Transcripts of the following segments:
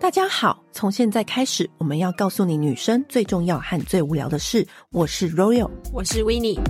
大家好，从现在开始，我们要告诉你女生最重要和最无聊的事。我是 Royal， 我是 Winnie。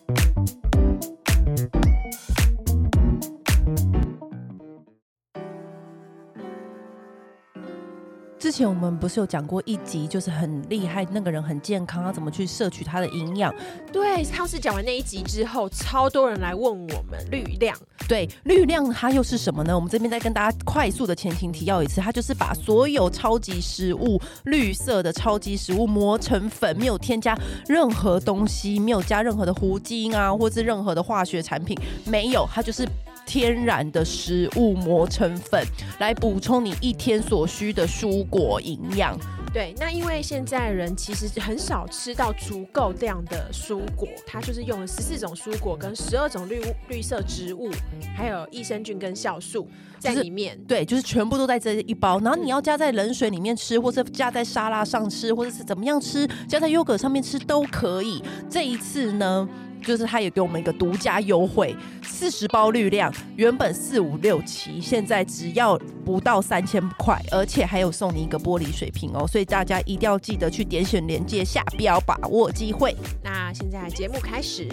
之前我们不是有讲过一集，就是很厉害，那个人很健康，要怎么去摄取他的营养。 对，上次讲完那一集之后，超多人来问我们绿量。 对，绿量它又是什么呢？我们这边再跟大家快速的前情提要一次，它就是把所有超级食物，绿色的超级食物磨成粉，没有添加任何东西，没有加任何的糊精啊，或是任何的化学产品，没有，它就是天然的食物磨成粉，来补充你一天所需的蔬果营养。 对，那因为现在人其实很少吃到足够量的蔬果，它就是用了14种蔬果跟12种绿色植物，还有益生菌跟酵素在里面。 对，就是全部都在这一包。然后你要加在冷水里面吃，或是加在沙拉上吃，或者是怎么样吃，加在优格上面吃都可以。这一次呢，就是他也给我们一个独家优惠，40包绿量，原本4567，现在只要不到3000块，而且还有送你一个玻璃水瓶哦，所以大家一定要记得去点选连结下标，把握机会。 那现在节目开始。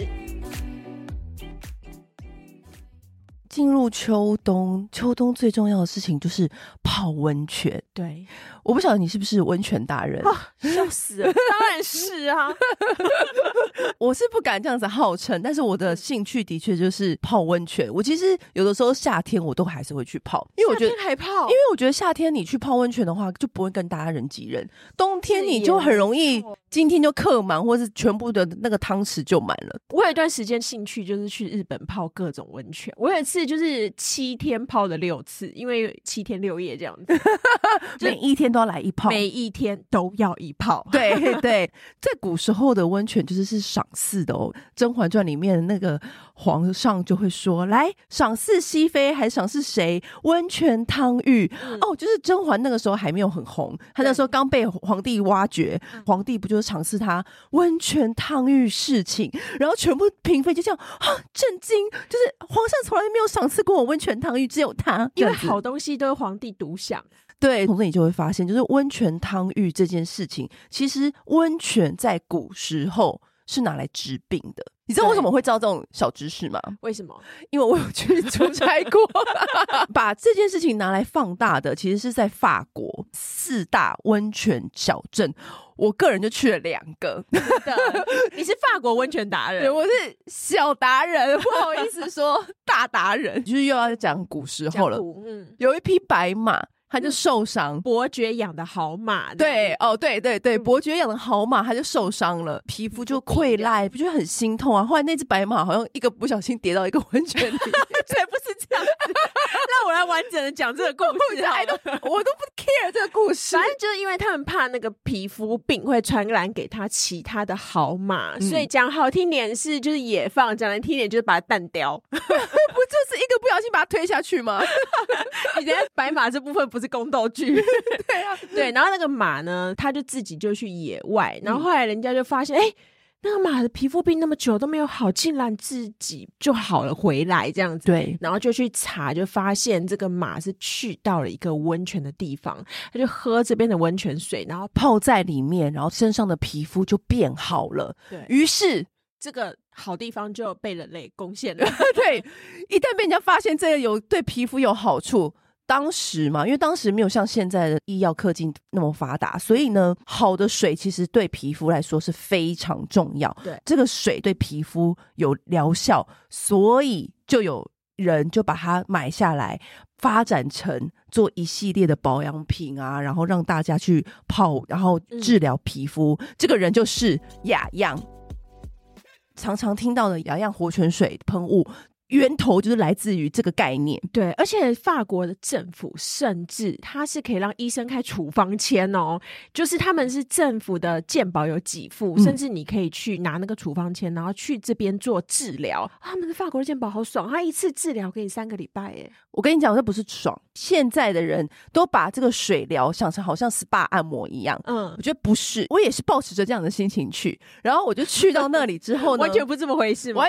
进入秋冬，秋冬最重要的事情就是泡温泉。 对， 我不晓得你是不是温泉达人， 笑死了，当然是啊。 我是不敢这样子号称，但是我的兴趣的确就是泡温泉。我其实有的时候夏天我都还是会去泡，因为我觉得夏天还泡， 因为我觉得夏天你去泡温泉的话，就不会跟大家人挤人。冬天你就很容易今天就客满，或是全部的那个汤匙就满了。 我有一段时间兴趣就是去日本泡各种温泉，我有一次就是7天泡了6次，因为7天6夜这样子。 每一天都要来一泡， 每一天都要一泡。 对对，在古时候的温泉就是赏赐的哦，《甄嬛传》里面那个皇上就会说，来赏赐熹妃还赏赐谁？温泉汤浴。哦，就是甄嬛那个时候还没有很红，她那时候刚被皇帝挖掘，皇帝不就是赏赐她温泉汤浴侍寝，然后全部嫔妃就这样震惊，就是皇上从来没有赏赐过我温泉汤浴，只有他， 因为好东西都是皇帝独享。 对，从这里就会发现，就是温泉汤浴这件事情，其实温泉在古时候是拿来治病的。你知道为什么会知道这种小知识吗？ 为什么？ 因为我有去出差过。把这件事情拿来放大的，其实是在法国4大温泉小镇。我个人就去了2个。 你是法国温泉达人？ 对，我是小达人，不好意思说大达人。就是又要讲古时候了。有一匹白马，他就受伤， 伯爵养的好马。 对，哦，对对对，伯爵养的好马，他就受伤了，皮肤就溃烂，不觉得很心痛啊？后来那只白马好像一个不小心跌到一个温泉里， 才不是这样子。让我来完整的讲这个故事好了。 我都不 care 这个故事。 反正就是因为他们怕那个皮肤病会传染给他其他的好马，所以讲好听点是就是野放，讲难听点就是把它弹掉。 不就是一个不小心把它推下去吗？ 你等下白马这部分不是宫斗剧。 对啊， 对，然后那个马呢，他就自己就去野外，然后后来人家就发现，那个马的皮肤病那么久都没有好，竟然自己就好了回来这样子。 对， 然后就去查，就发现这个马是去到了一个温泉的地方，他就喝这边的温泉水，然后泡在里面，然后身上的皮肤就变好了。 对， 于是这个好地方就被人类攻陷了。 对，一旦被人家发现这个有对皮肤有好处，当时嘛，因为当时没有像现在的医药科技那么发达，所以呢，好的水其实对皮肤来说是非常重要。 对， 这个水对皮肤有疗效，所以就有人就把它买下来，发展成做一系列的保养品啊，然后让大家去泡，然后治疗皮肤。这个人就是雅漾。常常听到的雅漾活泉水喷雾，源头就是来自于这个概念。 对，而且法国的政府甚至它是可以让医生开处方签哦，就是他们是政府的健保有给付，甚至你可以去拿那个处方签，然后去这边做治疗。他们的法国的健保好爽，他一次治疗给你3个礼拜耶。 我跟你讲，这不是爽，现在的人都把这个水疗想成好像 SPA 按摩一样。我觉得不是，我也是抱持着这样的心情去，然后我就去到那里之后呢， 完全不这么回事吗？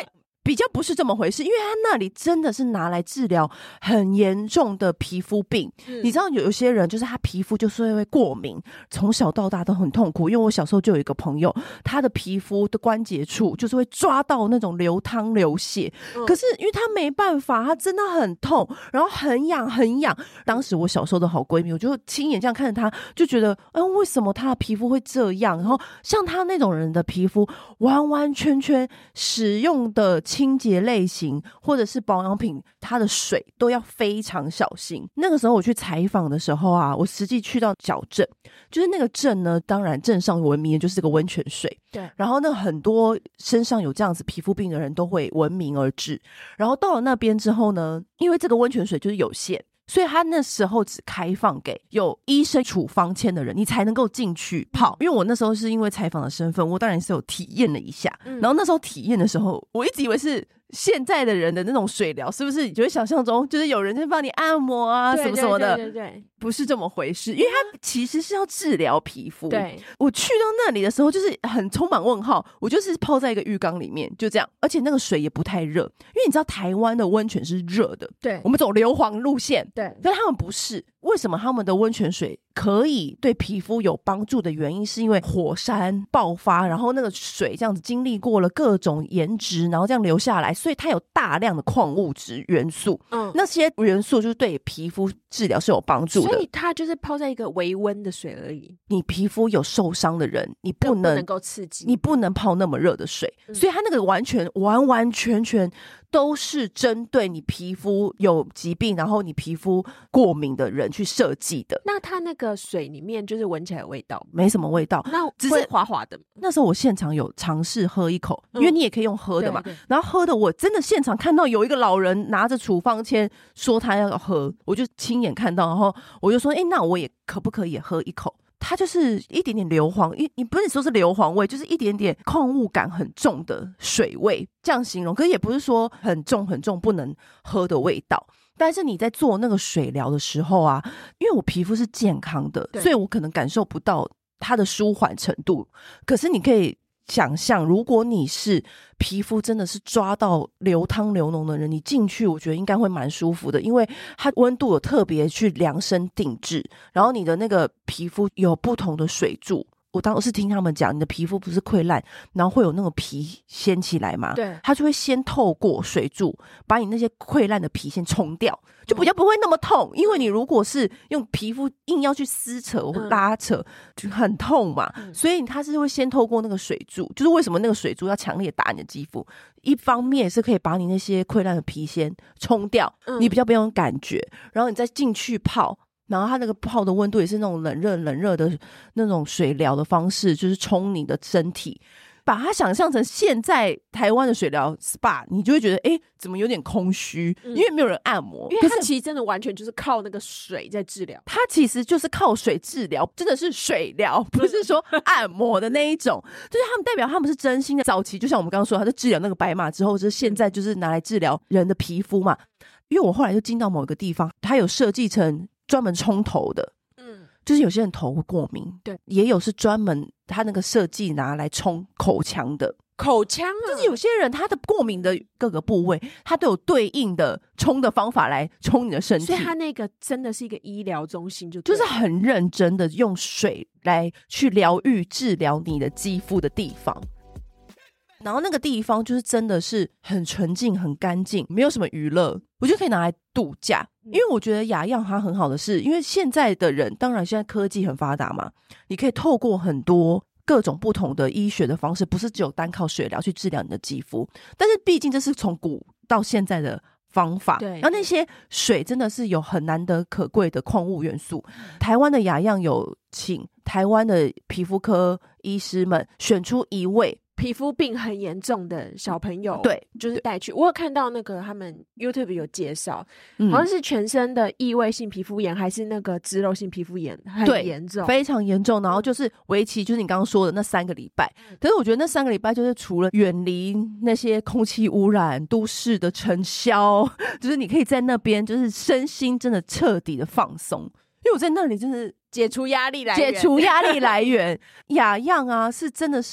比较不是这么回事，因为他那里真的是拿来治疗很严重的皮肤病。你知道有些人就是他皮肤就是会过敏，从小到大都很痛苦。因为我小时候就有一个朋友，他的皮肤的关节处就是会抓到那种流汤流血，可是因为他没办法，他真的很痛，然后很痒很痒。当时我小时候的好闺蜜，我就亲眼这样看着他，就觉得为什么他的皮肤会这样？然后像他那种人的皮肤，完完全全使用的清洁类型或者是保养品，它的水都要非常小心。那个时候我去采访的时候啊，我实际去到小镇，就是那个镇呢，当然镇上闻名的就是这个温泉水， 对， 然后呢很多身上有这样子皮肤病的人都会闻名而至。然后到了那边之后呢，因为这个温泉水就是有限，所以他那时候只开放给有医生处方签的人，你才能够进去泡。因为我那时候是因为采访的身份，我当然是有体验了一下。然后那时候体验的时候，我一直以为是现在的人的那种水疗，是不是？你就会想象中就是有人在帮你按摩啊，什么什么的， 对， 不是这么回事。因为它其实是要治疗皮肤。 对， 我去到那里的时候，就是很充满问号。我就是泡在一个浴缸里面，就这样，而且那个水也不太热，因为你知道台湾的温泉是热的， 对， 我们走硫磺路线， 对， 但他们不是。为什么他们的温泉水可以对皮肤有帮助的原因，是因为火山爆发，然后那个水这样子经历过了各种岩质，然后这样流下来，所以它有大量的矿物质元素。那些元素就是对皮肤治疗是有帮助的。 所以它就是泡在一个微温的水而已。 你皮肤有受伤的人，你不能够刺激， 你不能泡那么热的水。所以它那个完完全全都是针对你皮肤有疾病，然后你皮肤过敏的人去设计的。 那它那个水里面就是闻起来有味道？ 没什么味道， 那只是滑滑的。 那时候我现场有尝试喝一口，因为你也可以用喝的嘛。然后喝的我真的现场看到有一个老人拿着处方签说他要喝，我就亲眼看到，然后我就说那我也可不可以也喝一口？它就是一点点硫磺，你不是说是硫磺味，就是一点点矿物感很重的水味，这样形容。可是也不是说很重很重不能喝的味道。但是你在做那个水疗的时候啊，因为我皮肤是健康的，所以我可能感受不到它的舒缓程度。可是你可以想象，如果你是皮肤真的是抓到流汤流脓的人，你进去我觉得应该会蛮舒服的，因为它温度有特别去量身定制，然后你的那个皮肤有不同的水柱。我当时听他们讲，你的皮肤不是溃烂，然后会有那个皮掀起来嘛？ 对， 它就会先透过水柱把你那些溃烂的皮先冲掉，就比较不会那么痛。因为你如果是用皮肤硬要去撕扯或拉扯，就很痛嘛。所以它是会先透过那个水柱，就是为什么那个水柱要强烈打你的肌肤，一方面是可以把你那些溃烂的皮先冲掉，你比较不用感觉，然后你再进去泡。然后它那个泡的温度也是那种冷热的那种水疗的方式，就是冲你的身体。把它想象成现在台湾的水疗 SPA， 你就会觉得怎么有点空虚，因为没有人按摩。 因为它其实真的完全就是靠那个水在治疗， 它其实就是靠水治疗，真的是水疗，不是说按摩的那一种。就是他们代表他们是真心的。早期就像我们刚刚说，他就治疗那个白马之后，就是现在就是拿来治疗人的皮肤嘛。因为我后来就进到某一个地方，它有设计成专门冲头的，就是有些人头会过敏， 对， 也有是专门他那个设计拿来冲口腔的。 口腔就是有些人他的过敏的各个部位，他都有对应的冲的方法来冲你的身体， 所以他那个真的是一个医疗中心， 就是很认真的用水来去疗愈治疗你的肌肤的地方。然后那个地方就是真的是很纯净很干净，没有什么娱乐，我就可以拿来度假。因为我觉得雅漾它很好的是，因为现在的人当然现在科技很发达嘛，你可以透过很多各种不同的医学的方式，不是只有单靠水疗去治疗你的肌肤，但是毕竟这是从古到现在的方法。 对， 然后那些水真的是有很难得可贵的矿物元素。台湾的雅漾有请台湾的皮肤科医师们选出一位皮肤病很严重的小朋友， 对， 就是带去。我有看到那个他们 YouTube 有介绍，好像是全身的异位性皮肤炎，还是那个脂漏性皮肤炎，很严重， 非常严重。然后就是为期，就是你刚刚说的那3个礼拜。可是我觉得那3个礼拜就是除了远离那些空气污染、都市的尘嚣，就是你可以在那边就是身心真的彻底的放松。因为我在那里真是解除压力来源， 雅漾啊是真的是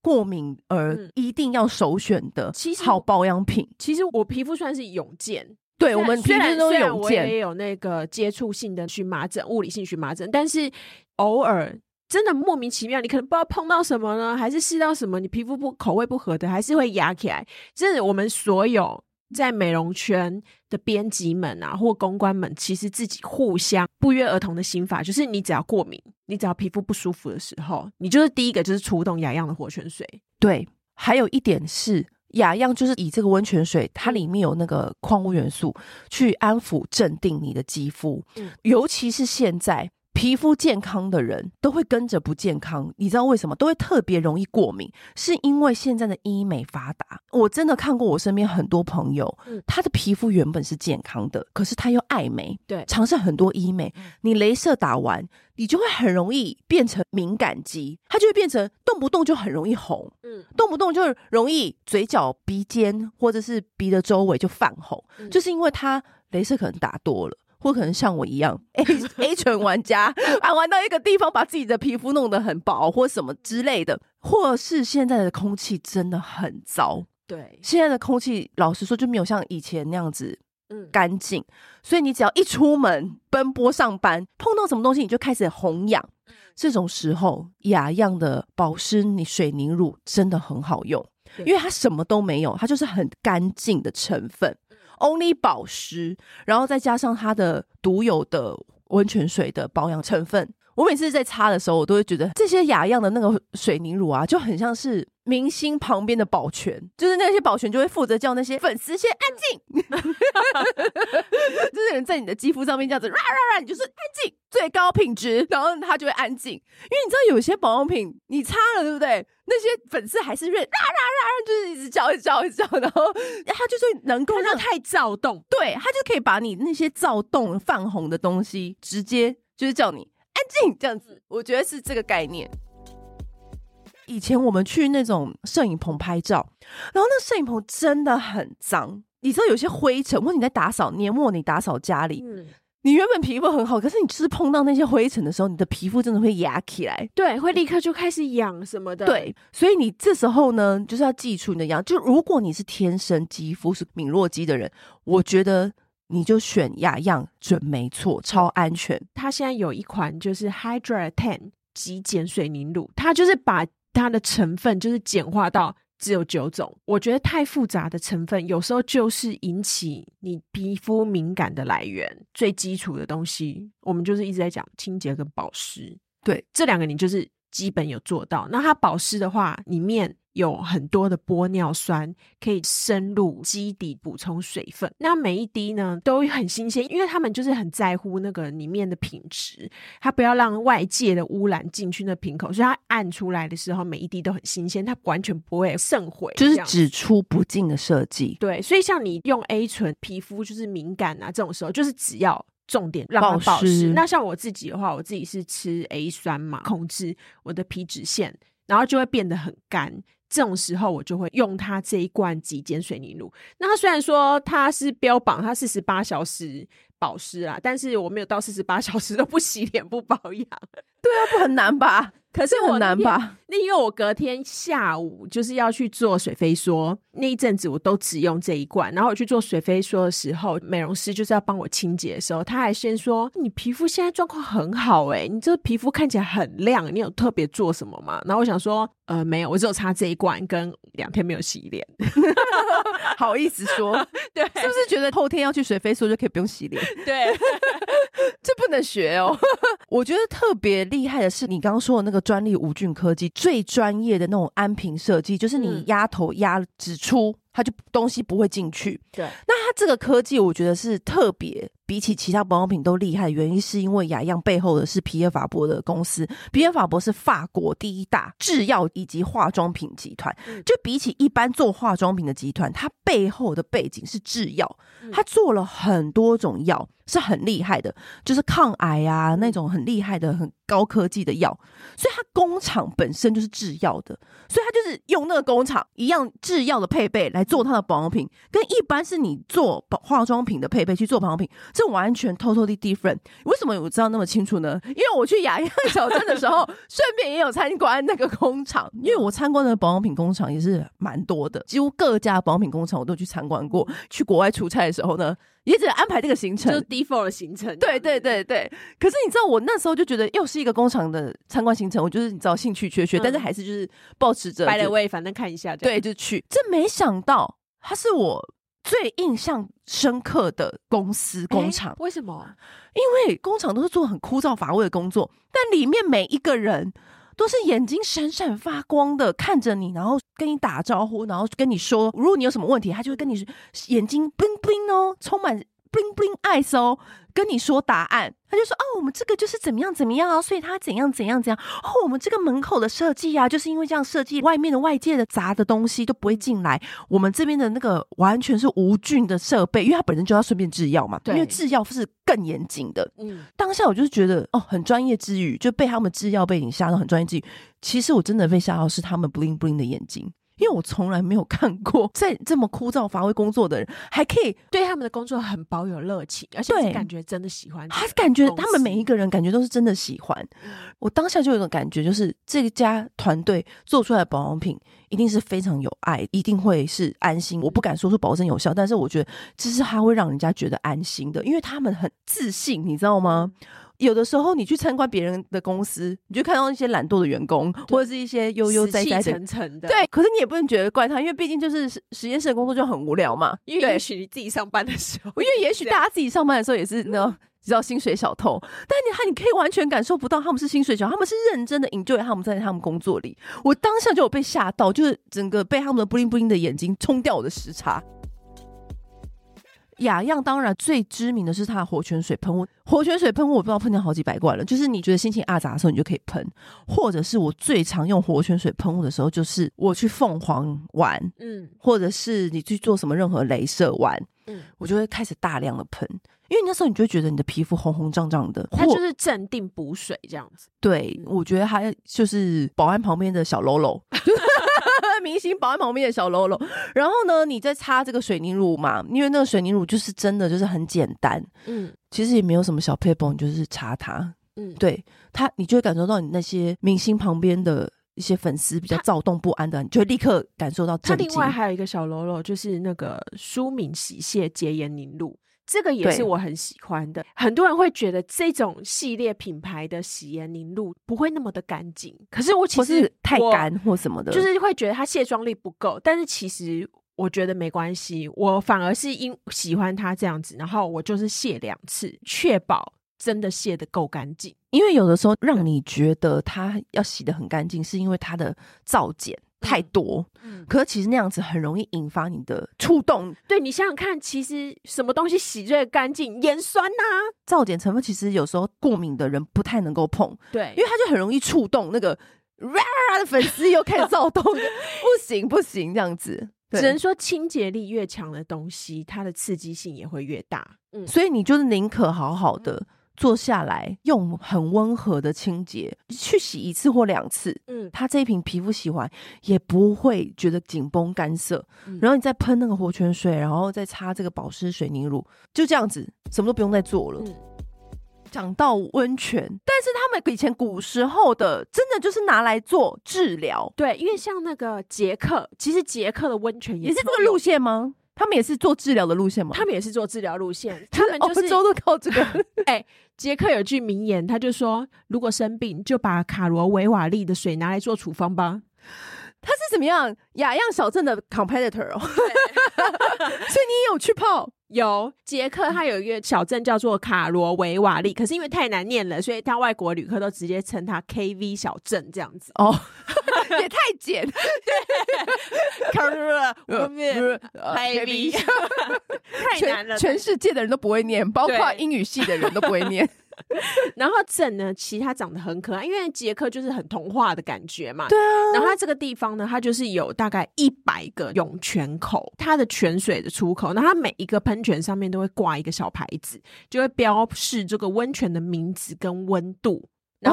过敏而一定要首选的好保养品。 其实我皮肤算是勇健， 对，我们皮肤都虽然勇健， 我也有那个接触性的荨麻疹、物理性荨麻疹，但是偶尔真的莫名其妙，你可能不知道碰到什么呢，还是试到什么，你皮肤口味不合的，还是会压起来。真的，我们所有在美容圈的编辑们啊，或公关们，其实自己互相不约而同的心法，就是你只要过敏，你只要皮肤不舒服的时候，你就是第一个就是出动雅漾的活泉水。 对，还有一点是雅漾就是以这个温泉水，它里面有那个矿物元素去安抚镇定你的肌肤，尤其是现在皮肤健康的人都会跟着不健康，你知道为什么？都会特别容易过敏，是因为现在的医美发达。我真的看过我身边很多朋友，他的皮肤原本是健康的，可是他又爱美， 对， 尝试很多医美，你雷射打完，你就会很容易变成敏感肌，它就会变成动不动就很容易红，动不动就容易嘴角、鼻尖或者是鼻的周围就泛红，就是因为他雷射可能打多了。或可能像我一样 A 醇玩家玩到一个地方把自己的皮肤弄得很薄或什么之类的，或是现在的空气真的很糟， 对， 现在的空气老实说就没有像以前那样子干净，所以你只要一出门奔波上班碰到什么东西你就开始红痒，这种时候雅漾的保湿水凝乳真的很好用，因为它什么都没有，它就是很干净的成分，only 保湿，然后再加上它的独有的温泉水的保养成分。我每次在擦的时候我都会觉得这些雅漾的那个水凝乳啊就很像是明星旁边的保全，就是那些保全就会负责叫那些粉丝先安静就是人在你的肌肤上面这样子你就是安静最高品质，然后他就会安静。因为你知道有些保养品你擦了对不对，那些粉丝还是就是一直叫一直叫一直叫，然后他就是能够让太躁动， 对，他就可以把你那些躁动泛红的东西直接就是叫你安静这样子，我觉得是这个概念。以前我们去那种摄影棚拍照，然后那摄影棚真的很脏，你知道有些灰尘，或者你在打扫年末你打扫家里，你原本皮肤很好，可是你就是碰到那些灰尘的时候，你的皮肤真的会压起来， 对，会立刻就开始痒什么的。 对，所以你这时候呢就是要记住你的痒，就如果你是天生肌肤是敏弱肌的人，我觉得你就选雅漾准没错，超安全。 它现在有一款就是 Hydra 10极简水凝乳，它就是把它的成分就是简化到只有9种，我觉得太复杂的成分有时候就是引起你皮肤敏感的来源。最基础的东西我们就是一直在讲清洁跟保湿， 对， 这两个你就是基本有做到。那它保湿的话里面有很多的玻尿酸可以深入基底补充水分，那每一滴呢都很新鲜，因为他们就是很在乎那个里面的品质，它不要让外界的污染进去那瓶口，所以它按出来的时候每一滴都很新鲜，它完全不会渗毁， 就是只出不进的设计。 对，所以像你用 A 醇皮肤就是敏感啊，这种时候就是只要重点让它保湿。那像我自己的话，我自己是吃 A 酸嘛，控制我的皮脂腺，然后就会变得很干，这种时候我就会用它这一罐极简水凝乳。那它虽然说它是标榜它48小时保湿啦，但是我没有到48小时都不洗脸不保养。 对啊，不很难吧？ 可是我很难吧？ 那因为我隔天下午就是要去做水飞梭，那一阵子我都只用这一罐，然后我去做水飞梭的时候，美容师就是要帮我清洁的时候，他还先说你皮肤现在状况很好你这皮肤看起来很亮，你有特别做什么吗？然后我想说没有，我只有擦这一罐跟2天没有洗脸好意思说对，是不是觉得后天要去水飞梭就可以不用洗脸？ 对这不能学哦我觉得特别厉害的是你刚刚说的那个专利无菌科技，最专业的那种安瓶设计，就是你压头压只出它就东西不会进去。 对， 那它这个科技我觉得是特别比起其他保养品都厉害的原因，是因为雅漾背后的是皮耶法博的公司，皮耶法博是法国第一大制药以及化妆品集团，就比起一般做化妆品的集团，它背后的背景是制药，它做了很多种药，是很厉害的，就是抗癌啊那种很厉害的很高科技的药，所以它工厂本身就是制药的，所以它就是用那个工厂一样制药的配备来做它的保养品，跟一般是你做化妆品的配备去做保养品这完全 totally different。为什么我知道那么清楚呢？因为我去雅漾小镇的时候顺便也有参观那个工厂，因为我参观的保养品工厂也是蛮多的，几乎各家保养品工厂我都去参观过。去国外出差的时候呢，也只安排这个行程， 就是 default 的行程。 对对对对。可是你知道我那时候就觉得又是一个工厂的参观行程，我就是你知道兴趣缺缺，但是还是就是抱持着 by the way反正看一下， 对，就去。这没想到它是我最印象深刻的公司工厂。 为什么？ 因为工厂都是做很枯燥乏味的工作，但里面每一个人都是眼睛闪闪发光的看着你，然后跟你打招呼，然后跟你说如果你有什么问题，他就会跟你眼睛 bling bling 哦，充满 bling bling eyes 哦，跟你说答案。他就说我们这个就是怎么样怎么样啊，所以他怎样怎样怎样我们这个门口的设计啊，就是因为这样设计，外面的外界的杂的东西都不会进来，我们这边的那个完全是无菌的设备，因为他本身就要顺便制药嘛，因为制药是更严谨的。当下我就是觉得很专业之余，就被他们制药背景吓到很专业之余，其实我真的被吓到是他们 bling bling 的眼睛。因为我从来没有看过在这么枯燥乏味工作的人还可以对他们的工作很保有热情，而且是感觉真的喜欢， 他感觉他们每一个人感觉都是真的喜欢。我当下就有一种感觉，就是这家团队做出来的保养品一定是非常有爱，一定会是安心。我不敢说出保证有效，但是我觉得这是他会让人家觉得安心的，因为他们很自信，你知道吗？有的时候你去参观别人的公司，你就看到一些懒惰的员工，或者是一些悠悠哉哉的死气沉沉的， 对，可是你也不能觉得怪他，因为毕竟就是实验室的工作就很无聊嘛。 因为也许你自己上班的时候， 因为也许大家自己上班的时候也是那知道薪水小偷，但你可以完全感受不到他们是薪水小偷，他们是认真的 enjoy 他们在他们工作里。我当下就有被吓到，就是整个被他们的 bling bling 的眼睛冲掉我的时差。雅漾当然最知名的是它的活泉水喷雾，活泉水喷雾我不知道喷掉好几百罐了，就是你觉得心情阿杂的时候你就可以喷，或者是我最常用活泉水喷雾的时候就是我去凤凰玩，或者是你去做什么任何雷射玩，我就会开始大量的喷，因为那时候你就会觉得你的皮肤红红胀胀的， 它就是镇定补水这样子。 对，我觉得还就是保安旁边的小喽啰明星保安旁边的小喽啰。然后呢你再擦这个水凝乳嘛，因为那个水凝乳就是真的就是很简单，其实也没有什么小撇步，你就是擦它，对它你就会感受到你那些明星旁边的一些粉丝比较躁动不安的，你就会立刻感受到震惊。它另外还有一个小喽啰，就是那个舒敏洗卸洁颜凝露，这个也是我很喜欢的。很多人会觉得这种系列品牌的洗颜凝露不会那么的干净，可是我其实或是太干或什么的， 就是会觉得它卸妆力不够，但是其实我觉得没关系，我反而是喜欢它这样子，然后我就是卸2次，确保真的卸得够干净。 因为有的时候让你觉得它要洗得很干净是因为它的皂碱太多，可是其实那样子很容易引发你的触动。 对，你想想看，其实什么东西洗最干净？盐酸啊， 皂碱成分其实有时候过敏的人不太能够碰， 对， 因为它就很容易触动那个的粉丝又开始躁动不行不行这样子。 只能说清洁力越强的东西，它的刺激性也会越大。 所以你就是宁可好好的坐下来用很温和的清洁去洗1次或2次，它这一瓶皮肤洗完也不会觉得紧绷干涩，然后你再喷那个活泉水，然后再擦这个保湿水凝乳，就这样子什么都不用再做了。讲到温泉，但是他们以前古时候的真的就是拿来做治疗。 对，因为像那个捷克，其实捷克的温泉也是这个路线吗？他们也是做治疗的路线吗？ 他们也是做治疗路线，他们就是欧洲都靠这个。 捷克有句名言，他就说如果生病就把卡罗维瓦利的水拿来做处方吧。 他是怎么样？雅漾小镇的 competitor 哦。所以你也有去泡？ 有，捷克它有一个小镇叫做卡罗维瓦利，可是因为太难念了，所以他外国旅客都直接称它 KV 小镇这样子。 也太简。 卡罗维利太难了， 全世界的人都不会念，包括英语系的人都不会念。 然后镇呢，其实它长得很可爱，因为捷克就是很童话的感觉嘛。 对啊。 然后它这个地方呢，它就是有大概100个涌泉口，它的泉水的出口，那它每一个喷泉上面都会挂一个小牌子，就会标示这个温泉的名字跟温度。然后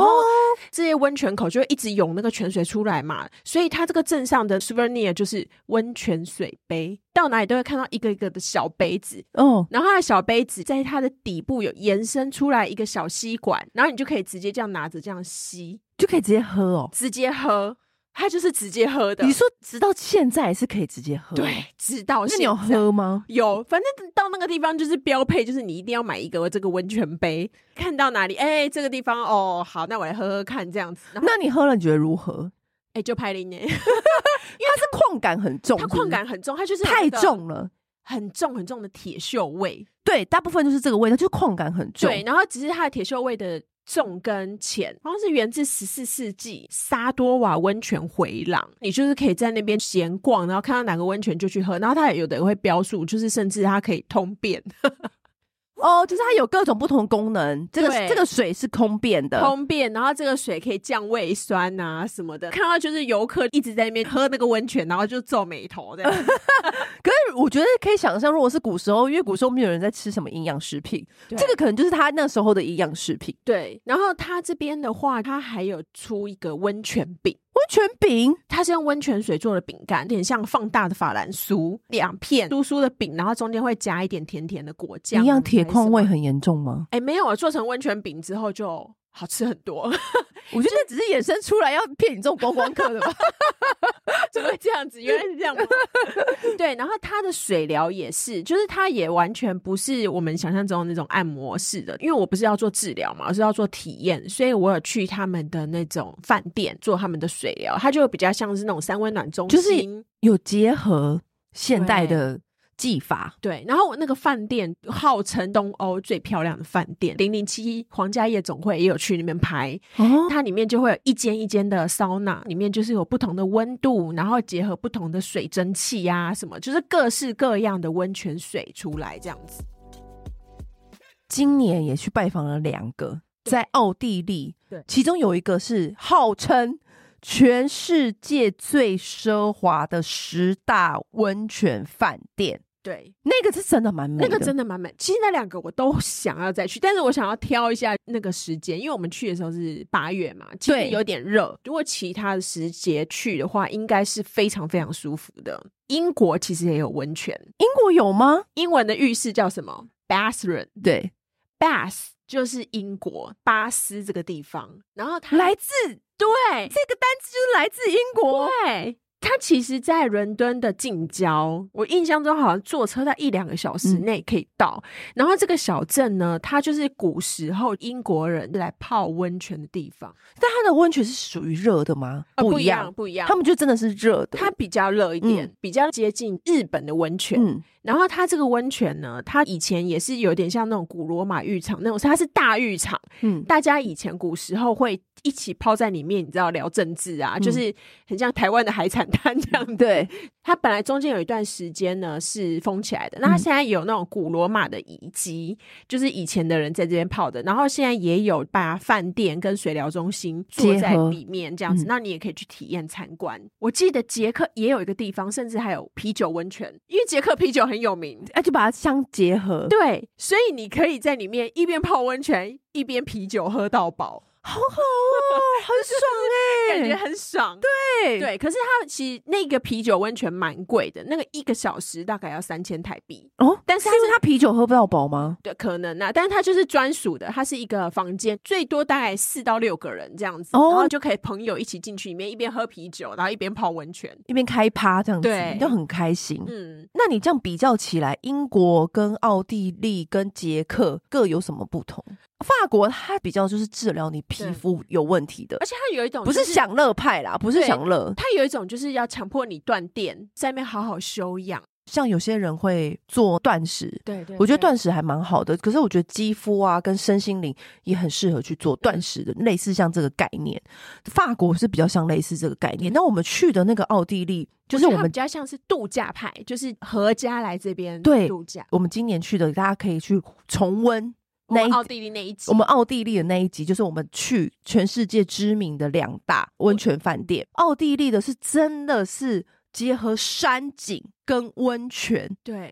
这些温泉口就会一直涌那个泉水出来嘛，所以它这个镇上的 souvenir 就是温泉水杯，到哪里都会看到一个一个的小杯子哦，然后它的小杯子在它的底部有延伸出来一个小吸管，然后你就可以直接这样拿着这样吸， 就可以直接喝哦， 直接喝。它就是直接喝的。 你说直到现在是可以直接喝？ 对，直到现在。 那你有喝吗？ 有，反正到那个地方就是标配，就是你一定要买一个这个温泉杯。看到哪里，这个地方哦，好，那我来喝喝看这样子。 那你喝了，你觉得如何？ 就拍零耶，因为它是矿感很重， 它矿感很重，它就是太重了， 很重很重的铁锈味。 对，大部分就是这个味道，就是矿感很重。 对，然后只是它的铁锈味的重跟浅好像是源自14世纪沙多瓦温泉回廊，你就是可以在那边闲逛，然后看到哪个温泉就去喝，然后它有的会标注，就是甚至它可以通便哦，就是它有各种不同功能。这个水是通便的， 通便，然后这个水可以降胃酸啊什么的。看到就是游客一直在那边喝那个温泉，然后就皱眉头这样。 可是我觉得可以想象，如果是古时候，因为古时候没有人在吃什么营养食品，这个可能就是他那时候的营养食品。 对，然后他这边的话，他还有出一个温泉饼。 温泉饼， 它是用温泉水做的饼干，有点像放大的法兰酥，2片酥酥的饼，然后中间会加一点甜甜的果酱。 一样铁矿味很严重吗？ 没有，做成温泉饼之后就好吃很多。 我觉得只是衍生出来要骗你这种观光客的吧。 怎么会这样子？原来是这样吗？对，然后它的水疗也是，就是它也完全不是我们想象中的那种按摩式的，因为我不是要做治疗嘛，我是要做体验，所以我有去他们的那种饭店做他们的水疗，它就比较像是那种3温暖中心， 就是有结合现代的技法。 对，然后我那个饭店号称东欧最漂亮的饭店007皇家夜总会也有去那边拍它里面就会有一间一间的桑拿，里面就是有不同的温度，然后结合不同的水蒸气啊什么，就是各式各样的温泉水出来这样子。 今年也去拜访了2个，在奥地利，其中有一个是号称全世界最奢华的10大温泉饭店。 对， 那个是真的蛮美的， 那个真的蛮美。其实那2个我都想要再去，但是我想要挑一下那个时间，因为我们去的时候是8月嘛，其实有点热。如果其他的时节去的话，应该是非常非常舒服的。英国其实也有温泉， 英国有吗？ 英文的浴室叫什么 ？Bathroom。 对 ，Bath 就是英国巴斯这个地方，然后它来自对这个单字就是来自英国。 对。它其实在伦敦的近郊，我印象中好像坐车在1-2个小时内可以到。然后这个小镇呢，它就是古时候英国人来泡温泉的地方。 但它的温泉是属于热的吗？ 不一样， 他们就真的是热的， 它比较热一点，比较接近日本的温泉。然后它这个温泉呢，它以前也是有点像那种古罗马浴场那种，它是大浴场。大家以前古时候会一起泡在里面，你知道聊政治啊，就是很像台湾的海产摊这样。 对， 它本来中间有一段时间呢是封起来的，那它现在有那种古罗马的遗迹，就是以前的人在这边泡的，然后现在也有把饭店跟水疗中心坐在里面这样子，那你也可以去体验参观。我记得捷克也有一个地方，甚至还有啤酒温泉，因为捷克啤酒很有名， 就把它相结合。 对，所以你可以在里面一边泡温泉一边啤酒喝到饱， 好好哦，很爽感觉很爽。对，可是它其实那个啤酒温泉蛮贵的，那个1个小时大概要3000台币哦。 但是因为它啤酒喝不到饱吗？ 对，可能啊，但是它就是专属的，它是一个房间，最多大概4到6个人这样子，然后就可以朋友一起进去里面，一边喝啤酒，然后一边泡温泉， 一边开趴这样子， 对， 就很开心。那你这样比较起来，英国跟奥地利跟捷克各有什么不同？法国它比较就是治疗你皮肤有问题的， 而且它有一种、 不是享乐派啦，不是享乐， 它有一种就是要强迫你断电，在那边好好休养。 像有些人会做断食， 对， 我觉得断食还蛮好的，可是我觉得肌肤啊跟身心灵也很适合去做断食的，类似像这个概念。法国是比较像类似这个概念，那我们去的那个奥地利就是我们比较像是度假派，就是合家来这边度假。 我们今年去的，大家可以去重温我们奥地利那一集， 我们奥地利的那一集就是我们去全世界知名的2大温泉饭店。奥地利的是真的是结合山景跟温泉， 对，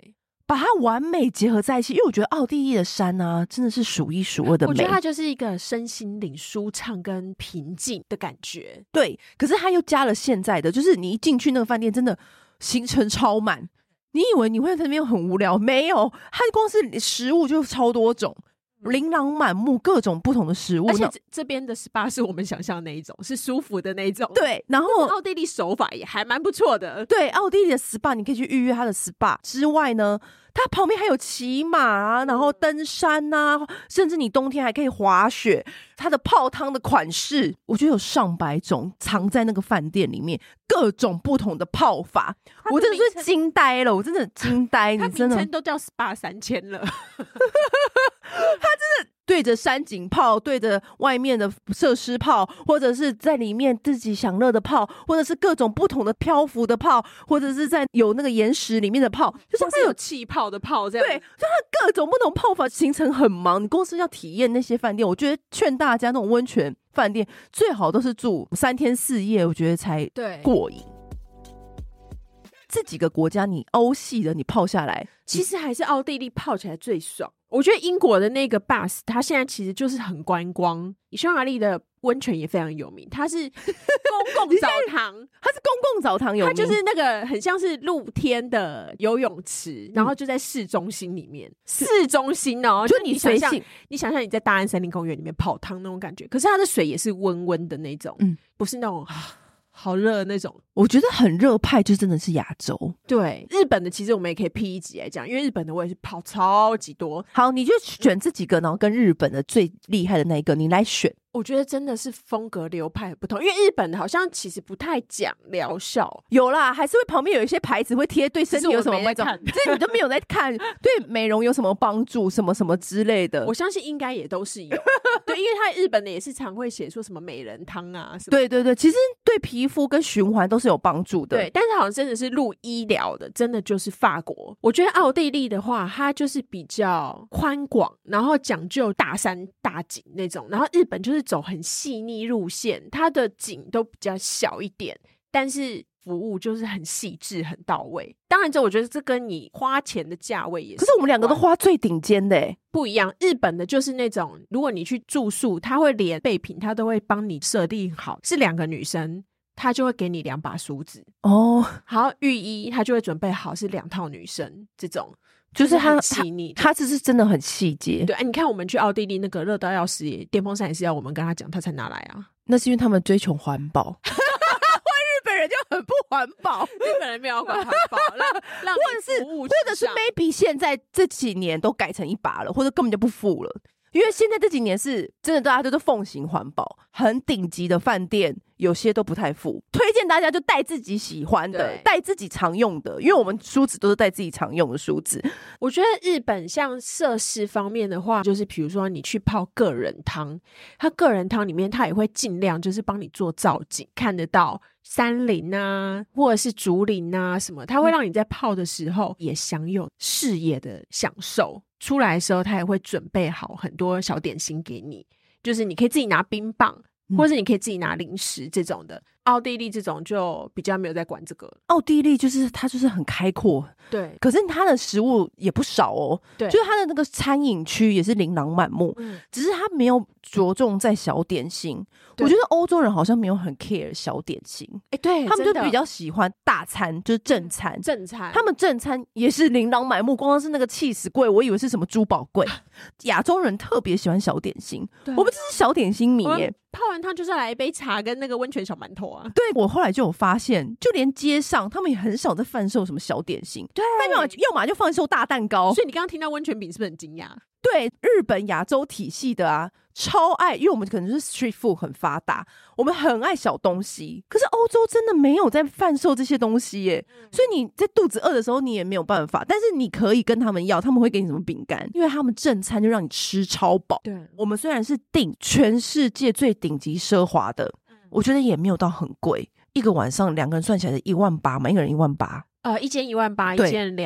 把它完美结合在一起。因为我觉得奥地利的山啊，真的是数一数二的美。 我觉得它就是一个身心灵舒畅跟平静的感觉。 对，可是它又加了现在的，就是你一进去那个饭店，真的行程超满。你以为你会在那边很无聊？没有，它光是食物就超多种。琳琅满目，各种不同的食物， 而且这边的 SPA 是我们想象的那一种，是舒服的那一种。 对，然后奥地利手法也还蛮不错的。 对，奥地利的 SPA 你可以去预约它的 SPA 之外呢，它旁边还有骑马啊，然后登山啊，甚至你冬天还可以滑雪。它的泡汤的款式，我觉得有上百种藏在那个饭店里面，各种不同的泡法，我真的是惊呆了，我真的惊呆。 它你真的名称都叫 SPA 3000了。 它真的对着山景泡，对着外面的设施泡，或者是在里面自己享乐的泡，或者是各种不同的漂浮的泡，或者是在有那个岩石里面的泡，就是它有气泡的泡这样。 对，就它各种不同泡法，行程很忙。你公司要体验那些饭店，我觉得劝大家那种温泉饭店最好都是住3天4夜，我觉得才过瘾。这几个国家你欧系的你泡下来， 其实还是奥地利泡起来最爽。我觉得英国的那个 Bath 它现在其实就是很观光，匈牙利的温泉也非常有名，它是公共澡堂。 它是公共澡堂有名， 它就是那个很像是露天的游泳池，然后就在市中心里面。市中心哦， 就你随性， 你想象你在大安森林公园里面泡汤那种感觉，可是它的水也是温温的那种，不是那种好热的那种。 我觉得很热派就真的是亚洲。 对，日本的其实我们也可以批一集来讲，因为日本的我也是泡超级多。 好，你就选这几个，然后跟日本的最厉害的那一个你来选。 我觉得真的是风格流派不同，因为日本的好像其实不太讲疗效， 有啦，还是会旁边有一些牌子会贴对身体有什么帮助，这你都没有在看，对美容有什么帮助，什么什么之类的。 我相信应该也都是有，对，因为他日本的也是常会写说什么美人汤啊什么。 对对对，其实对皮肤跟循环都是有帮助的。 对，但是好像真的是入医疗的，真的就是法国。我觉得奥地利的话，它就是比较宽广，然后讲究大山大景那种，然后日本就是走很细腻路线，它的景都比较小一点，但是服务就是很细致很到位。当然这我觉得这跟你花钱的价位也是， 可是我们两个都花最顶尖的耶。 不一样。日本的就是那种如果你去住宿，他会连备品他都会帮你设定好，是2个女生他就会给你2把梳子哦，好，浴衣他就会准备好是2套女生，这种就是很细腻， 他这是真的很细节。 对，你看我们去奥地利那个热到要死，电风扇也是要我们跟他讲他才拿来啊， 那是因为他们追求环保日本人就很不环保， 日本人没有管环保让或者是 maybe 现在这几年都改成1把了，或者根本就不付了。因为现在这几年是真的大家都是奉行环保，很顶级的饭店有些都不太付，推荐大家就带自己喜欢的，带自己常用的，因为我们梳子都是带自己常用的梳子。 我觉得日本像设施方面的话，就是比如说你去泡个人汤，它个人汤里面它也会尽量就是帮你做造景，看得到山林啊或者是竹林啊什么，它会让你在泡的时候也享有视野的享受。出来的时候他也会准备好很多小点心给你，就是你可以自己拿冰棒或者你可以自己拿零食这种的。奥地利这种就比较没有在管这个， 奥地利就是它就是很开阔， 对， 可是它的食物也不少哦，对，就是它的那个餐饮区也是琳琅满目，只是它没有着重在小点心。我觉得欧洲人好像没有很 care 小点心， 对， 他们就比较喜欢大餐，就是正餐，他们正餐也是琳琅满目，光是那个起司柜我以为是什么珠宝柜亚洲人特别喜欢小点心，我们这是小点心迷耶， 泡完汤就是来一杯茶跟那个温泉小馒头啊。 对，我后来就有发现，就连街上他们也很少在贩售什么小点心，对，要么就贩售大蛋糕。 所以你刚刚听到温泉饼是不是很惊讶？ 对，日本亚洲体系的啊，超爱，因为我们可能就是 street food 很发达，我们很爱小东西。可是欧洲真的没有在贩售这些东西耶，所以你在肚子饿的时候你也没有办法，但是你可以跟他们要，他们会给你什么饼干，因为他们正餐就让你吃超饱。对，我们虽然是订全世界最顶级奢华的，我觉得也没有到很贵，一个晚上2个人算起来是18000嘛，一个人18000。 一间18000，一间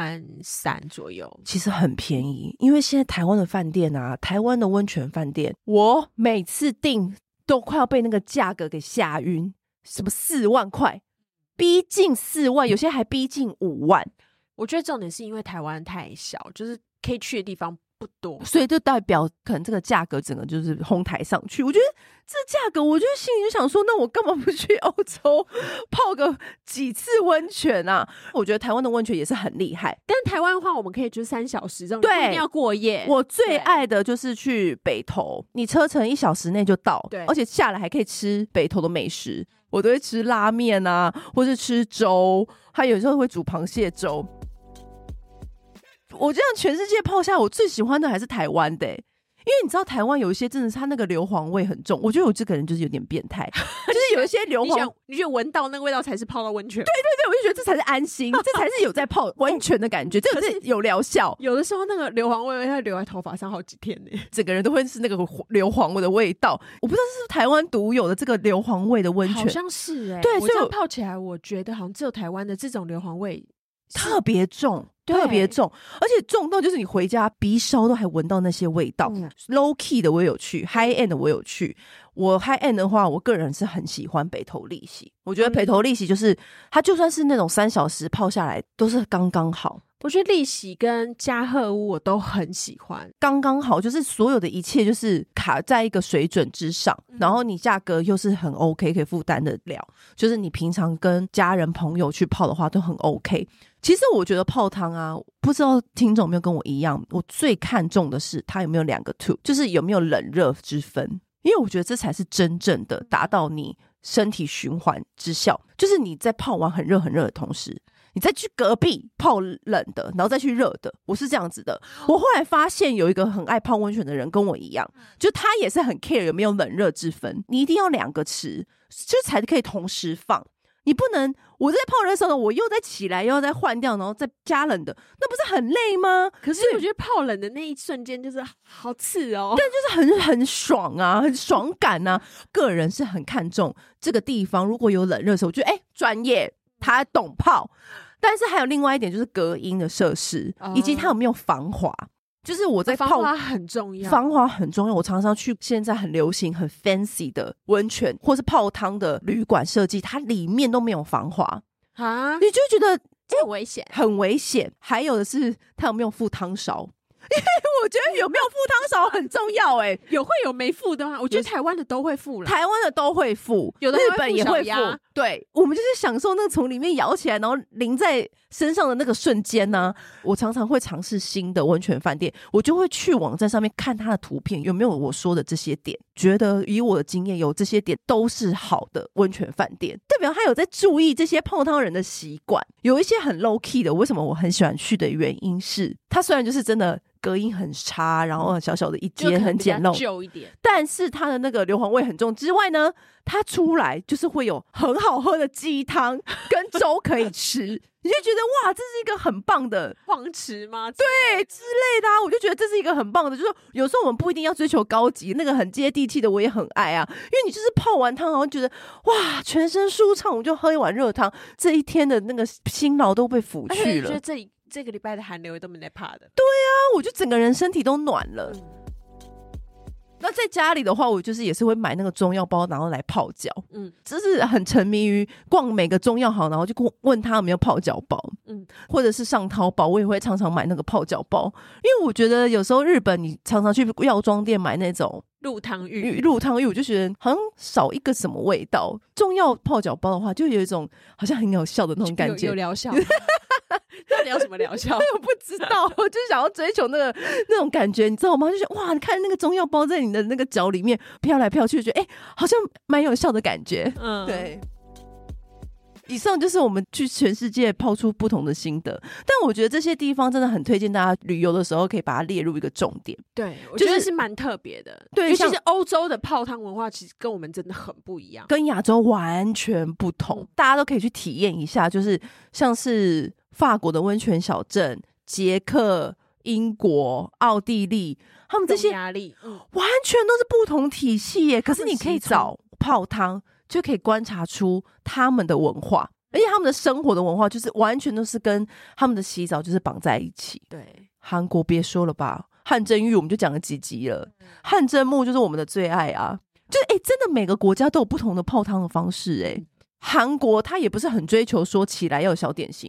23000左右， 其实很便宜。因为现在台湾的饭店啊，台湾的温泉饭店，我每次订都快要被那个价格给吓晕，什么4万块，逼近4万，有些还逼近5万。 我觉得重点是因为台湾太小，就是可以去的地方不多， 所以就代表可能这个价格整个就是哄抬上去。我觉得这价格，我就心里就想说，那我干嘛不去欧洲泡个几次温泉啊？我觉得台湾的温泉也是很厉害， 但台湾的话，我们可以就是3小时这种， 对， 不一定要过夜。 我最爱的就是去北投，你车程1小时内就到， 对， 而且下来还可以吃北投的美食。我都会吃拉面啊，或是吃粥，还有时候会煮螃蟹粥。我这样全世界泡下来，我最喜欢的还是台湾的因为你知道台湾有一些真的是它那个硫磺味很重，我觉得我这个人就是有点变态，就是有一些硫磺， 你觉得闻到那个味道才是泡到温泉？ 对对对，我就觉得这才是安心，这才是有在泡温泉的感觉，这个是有疗效。 有的时候那个硫磺味会留在头发上好几天呢， 整个人都会是那个硫磺味的味道。我不知道是台湾独有的这个硫磺味的温泉， 好像是对， 我这样泡起来，我觉得好像只有台湾的这种硫磺味特别重。特别重，而且重到就是你回家鼻梢都还闻到那些味道。low key 的我有去， high end 的我有去。我 high end 的话，我个人是很喜欢北投利息。我觉得北投利息就是它就算是那种3小时泡下来都是刚刚好。 我觉得利息跟嘉禾屋我都很喜欢， 刚刚好，就是所有的一切就是卡在一个水准之上，然后你价格又是很 OK 可以负担得了，就是你平常跟家人朋友去泡的话都很 OK。其实我觉得泡汤啊，不知道听众有没有跟我一样，我最看重的是它有没有2个 two， 就是有没有冷热之分，因为我觉得这才是真正的达到你身体循环之效，就是你在泡完很热很热的同时，你再去隔壁泡冷的，然后再去热的，我是这样子的。我后来发现有一个很爱泡温泉的人跟我一样，就他也是很 care 有没有冷热之分，你一定要2个池，就才可以同时放。你不能我在泡热的时候我又再起来又要再换掉，然后再加冷的，那不是很累吗？ 可是我觉得泡冷的那一瞬间就是好刺哦， 但就是很爽啊，很爽感啊。个人是很看重这个地方如果有冷热的时候，我觉得专业他懂泡。但是还有另外一点就是隔音的设施，以及它有没有防滑。就是我在泡防滑很重要， 防滑很重要。我常常去现在很流行很 fancy 的温泉或是泡汤的旅馆设计，它里面都没有防滑啊，你就会觉得这很危险， 很危险。还有的是它有没有附汤勺，因为我觉得有没有附汤勺很重要有会有没附的吗？我觉得台湾的都会附了， 台湾的都会附， 有的日本也会附。对，我们就是享受那个从里面舀起来然后淋在身上的那个瞬间呢。我常常会尝试新的温泉饭店，我就会去网站上面看它的图片有没有我说的这些点，觉得以我的经验有这些点都是好的温泉饭店，代表他有在注意这些泡汤人的习惯。有一些很 low key 的，为什么我很喜欢去的原因是它虽然就是真的隔音很差，然后小小的一间很简陋， 旧一点， 但是它的那个硫磺味很重之外呢，它出来就是会有很好喝的鸡汤跟粥可以吃你就觉得哇，这是一个很棒的黄池吗？ 对之类的啊，我就觉得这是一个很棒的，就是有时候我们不一定要追求高级，那个很接地气的我也很爱啊，因为你就是泡完汤然后觉得哇全身舒畅，我就喝一碗热汤，这一天的那个辛劳都被抚去了。 觉得这个礼拜的寒流都没在怕的。 对啊，我就整个人身体都暖了。那在家里的话，我就是也是会买那个中药包，然后来泡脚。就是很沉迷于逛每个中药行，然后就问他有没有泡脚包。或者是上淘宝，我也会常常买那个泡脚包，因为我觉得有时候日本你常常去药妆店买那种鹿汤浴， 我就觉得好像少一个什么味道。中药泡脚包的话，就有一种好像很有效的那种感觉， 有疗效。到底有什么疗效？ 我不知道，我就想要追求那种感觉，你知道吗？就觉得哇，你看那个中药包在你的那个脚里面飘来飘去，觉得好像蛮有效的感觉。对。以上就是我们去全世界泡出不同的心得，但我觉得这些地方真的很推荐大家旅游的时候可以把它列入一个重点。 对，我觉得是蛮特别的。对，尤其是欧洲的泡汤文化其实跟我们真的很不一样， 跟亚洲完全不同。大家都可以去体验一下，就是像是法国的温泉小镇、捷克、英国、奥地利，他们这些压力完全都是不同体系耶。可是你可以找泡汤就可以观察出他们的文化，而且他们的生活的文化就是完全都是跟他们的洗澡就是绑在一起。 对， 韩国别说了吧，汗蒸浴我们就讲了几集了，汗蒸木就是我们的最爱啊。就是真的每个国家都有不同的泡汤的方式。韩国它也不是很追求说起来要有小点心，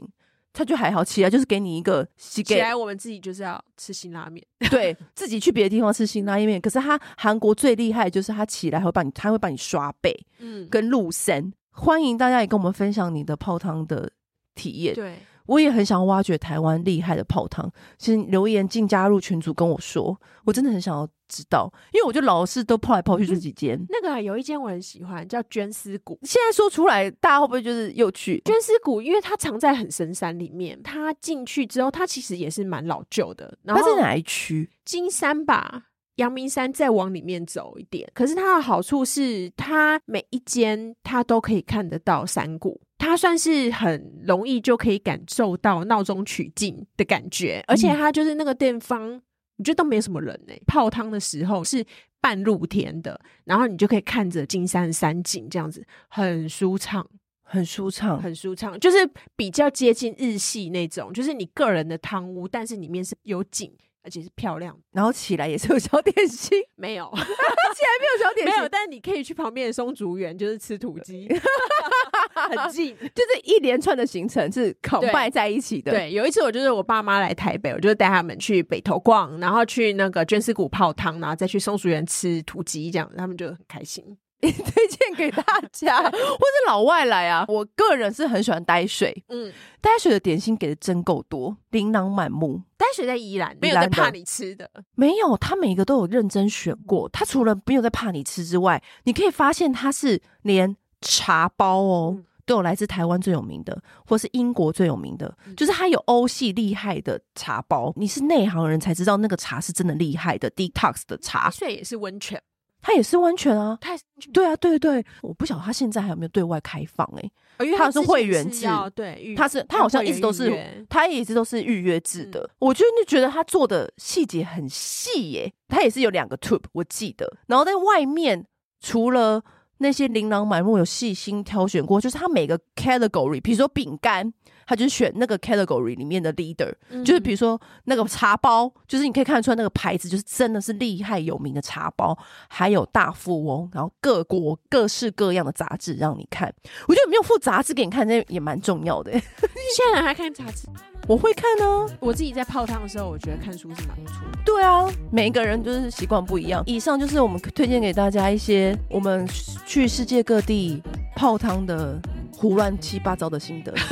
他就还好，起来就是给你一个起来我们自己就是要吃辛拉面， 对，自己去别的地方吃辛拉面。可是他韩国最厉害的就是他起来他会帮你刷背，跟陆参。欢迎大家也跟我们分享你的泡汤的体验。 对， 我也很想挖掘台湾厉害的泡汤，其实留言进加入群组跟我说，我真的很想要知道，因为我就老是都泡来泡去这几间。 那个有一间我很喜欢，叫绢丝谷。 现在说出来，大家会不会就是又去绢丝谷？因为它藏在很深山里面，它进去之后，它其实也是蛮老旧的。然后它是哪一区？ 金山吧。阳明山再往里面走一点，可是它的好处是它每一间它都可以看得到山谷，它算是很容易就可以感受到闹中取静的感觉，而且它就是那个地方我觉得都没什么人泡汤的时候是半露天的，然后你就可以看着金山山景，这样子很舒畅， 很舒畅， 很舒畅，就是比较接近日系那种，就是你个人的汤屋，但是里面是有景，而且是漂亮， 然后起来也是有小点心， 没有，起来没有小点心， 没有，但你可以去旁边的松竹园，就是吃土鸡，很近， 就是一连串的行程是combine在一起的。 对，有一次我就是我爸妈来台北，我就带他们去北投逛，然后去那个绢丝谷泡汤，然后再去松竹园吃土鸡，这样他们就很开心。 推荐给大家，或是老外来啊。我个人是很喜欢呆水，呆水的点心给的真够多，琳琅满目。 呆水在宜兰，没有在怕你吃的， 没有，他每一个都有认真选过。他除了没有在怕你吃之外，你可以发现他是连茶包都有来自台湾最有名的，或是英国最有名的，就是他有欧系厉害的茶包。你是内行人才知道那个茶是真的厉害的 detox 的茶。 呆水也是温泉。 它也是温泉啊， 它也是温泉， 对啊，对对，我不晓得它现在还有没有对外开放因为它是会员制， 对， 它好像一直都是，它一直都是预约制的。我就觉得它做的细节很细耶，它也是有2个 tube 我记得，然后在外面除了那些琳琅满目有细心挑选过，就是它每个 category， 比如说饼干，他就是选那个 category 里面的 leader，就是比如说那个茶包，就是你可以看得出来那个牌子就是真的是厉害有名的茶包，还有大富翁，然后各国各式各样的杂志让你看。我觉得没有附杂志给你看，这也蛮重要的。 现在人还看杂志？ 我会看啊， 我自己在泡汤的时候，我觉得看书是蛮不错的。 对啊，每一个人就是习惯不一样。以上就是我们推荐给大家一些我们去世界各地泡汤的胡乱七八糟的心得。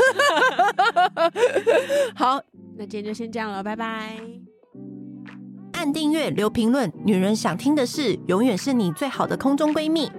好， 那今天就先这样了，拜拜。 按订阅，留评论，女人想听的事，永远是你最好的空中闺蜜。